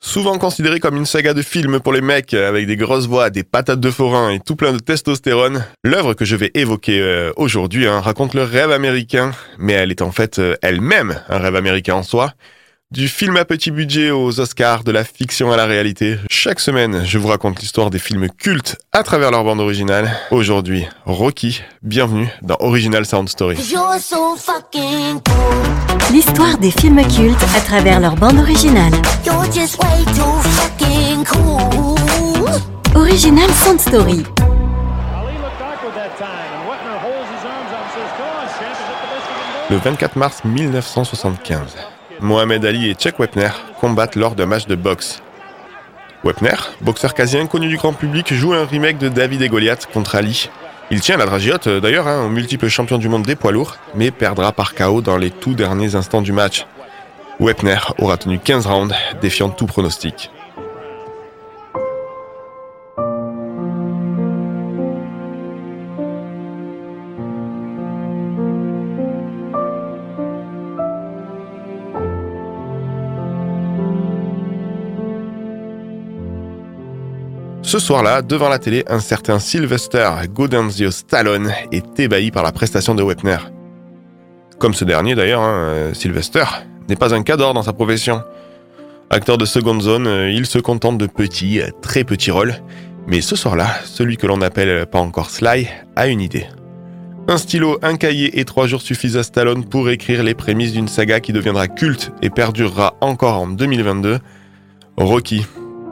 Souvent considéré comme une saga de films pour les mecs avec des grosses voix, des patates de forain et tout plein de testostérone, l'œuvre que je vais évoquer aujourd'hui raconte le rêve américain, mais elle est en fait elle-même un rêve américain en soi. Du film à petit budget aux Oscars, de la fiction à la réalité, chaque semaine je vous raconte l'histoire des films cultes à travers leur bande originale. Aujourd'hui, Rocky, bienvenue dans Original Sound Story. L'histoire des films cultes à travers leur bande originale. Original Sound Story. Le 24 mars 1975, Mohamed Ali et Chuck Wepner combattent lors d'un match de boxe. Wepner, boxeur quasi inconnu du grand public, joue un remake de David et Goliath contre Ali. Il tient la dragiote d'ailleurs, au multiple champion du monde des poids lourds, mais perdra par KO dans les tout derniers instants du match. Wepner aura tenu 15 rounds, défiant tout pronostic. Ce soir-là, devant la télé, un certain Sylvester Godenzios Stallone est ébahi par la prestation de Wepner. Comme ce dernier d'ailleurs, Sylvester n'est pas un cador dans sa profession. Acteur de seconde zone, il se contente de petits, très petits rôles. Mais ce soir-là, celui que l'on n'appelle pas encore Sly a une idée. Un stylo, un cahier et 3 jours suffisent à Stallone pour écrire les prémices d'une saga qui deviendra culte et perdurera encore en 2022, Rocky.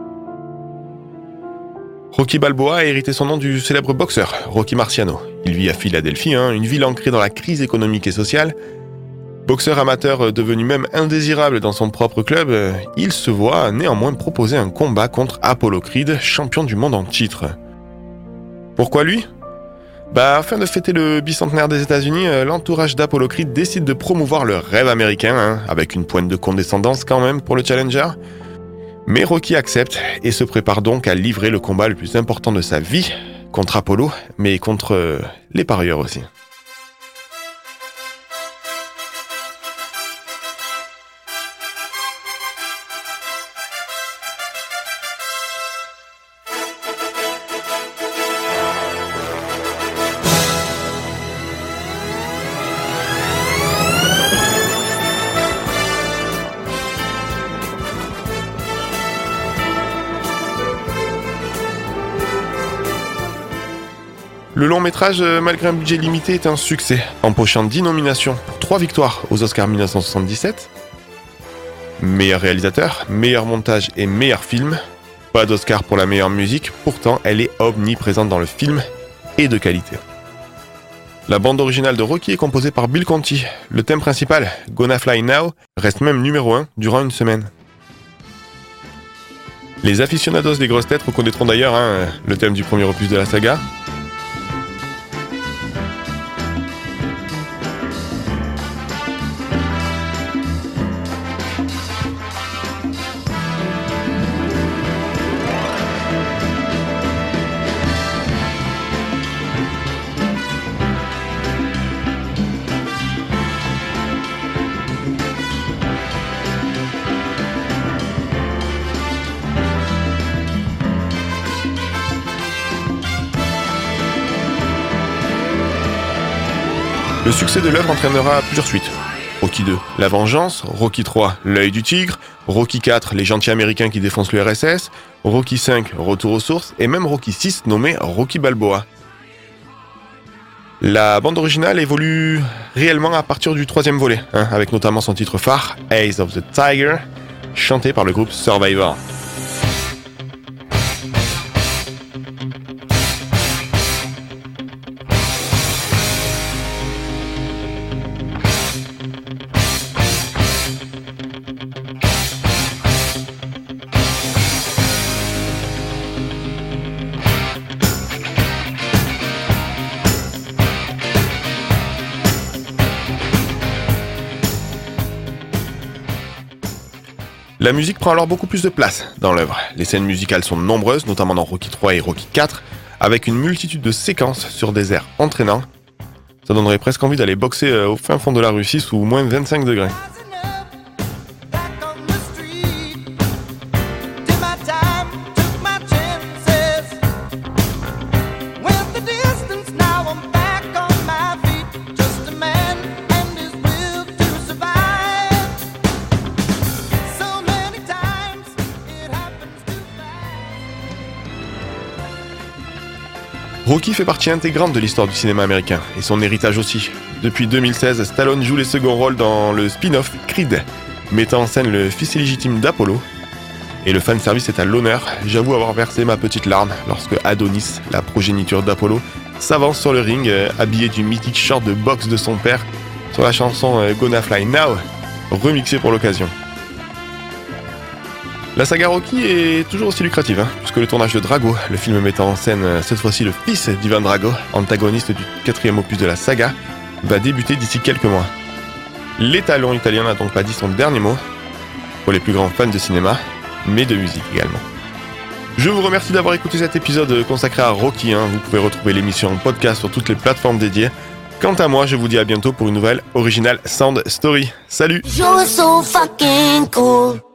Rocky Balboa a hérité son nom du célèbre boxeur, Rocky Marciano. Il vit à Philadelphie, une ville ancrée dans la crise économique et sociale. Boxeur amateur devenu même indésirable dans son propre club, il se voit néanmoins proposer un combat contre Apollo Creed, champion du monde en titre. Pourquoi lui ? Afin de fêter le bicentenaire des États-Unis, l'entourage d'Apollo Creed décide de promouvoir le rêve américain, avec une pointe de condescendance quand même pour le challenger. Mais Rocky accepte et se prépare donc à livrer le combat le plus important de sa vie, contre Apollo, mais contre les parieurs aussi. Le long métrage, malgré un budget limité, est un succès, empochant 10 nominations pour 3 victoires aux Oscars 1977. Meilleur réalisateur, meilleur montage et meilleur film. Pas d'Oscar pour la meilleure musique, pourtant elle est omniprésente dans le film et de qualité. La bande originale de Rocky est composée par Bill Conti. Le thème principal, Gonna Fly Now, reste même numéro 1 durant une semaine. Les aficionados des grosses têtes reconnaîtront d'ailleurs le thème du premier opus de la saga. Le succès de l'œuvre entraînera plusieurs suites. Rocky 2, La Vengeance, Rocky 3, L'œil du tigre, Rocky 4, Les gentils américains qui défoncent l'URSS, Rocky 5, Retour aux sources, et même Rocky 6 nommé Rocky Balboa. La bande originale évolue réellement à partir du 3e volet, avec notamment son titre phare, Eyes of the Tiger, chanté par le groupe Survivor. La musique prend alors beaucoup plus de place dans l'œuvre. Les scènes musicales sont nombreuses, notamment dans Rocky 3 et Rocky 4, avec une multitude de séquences sur des airs entraînants. Ça donnerait presque envie d'aller boxer au fin fond de la Russie sous moins 25 degrés. Rocky fait partie intégrante de l'histoire du cinéma américain, et son héritage aussi. Depuis 2016, Stallone joue les seconds rôles dans le spin-off Creed, mettant en scène le fils illégitime d'Apollo. Et le fanservice est à l'honneur, j'avoue avoir versé ma petite larme lorsque Adonis, la progéniture d'Apollo, s'avance sur le ring, habillé du mythique short de boxe de son père, sur la chanson Gonna Fly Now, remixée pour l'occasion. La saga Rocky est toujours aussi lucrative, puisque le tournage de Drago, le film mettant en scène cette fois-ci le fils d'Ivan Drago, antagoniste du 4e opus de la saga, va débuter d'ici quelques mois. L'étalon italien n'a donc pas dit son dernier mot, pour les plus grands fans de cinéma, mais de musique également. Je vous remercie d'avoir écouté cet épisode consacré à Rocky. Vous pouvez retrouver l'émission en podcast sur toutes les plateformes dédiées. Quant à moi, je vous dis à bientôt pour une nouvelle Original Sound Story. Salut! You're so fucking cool.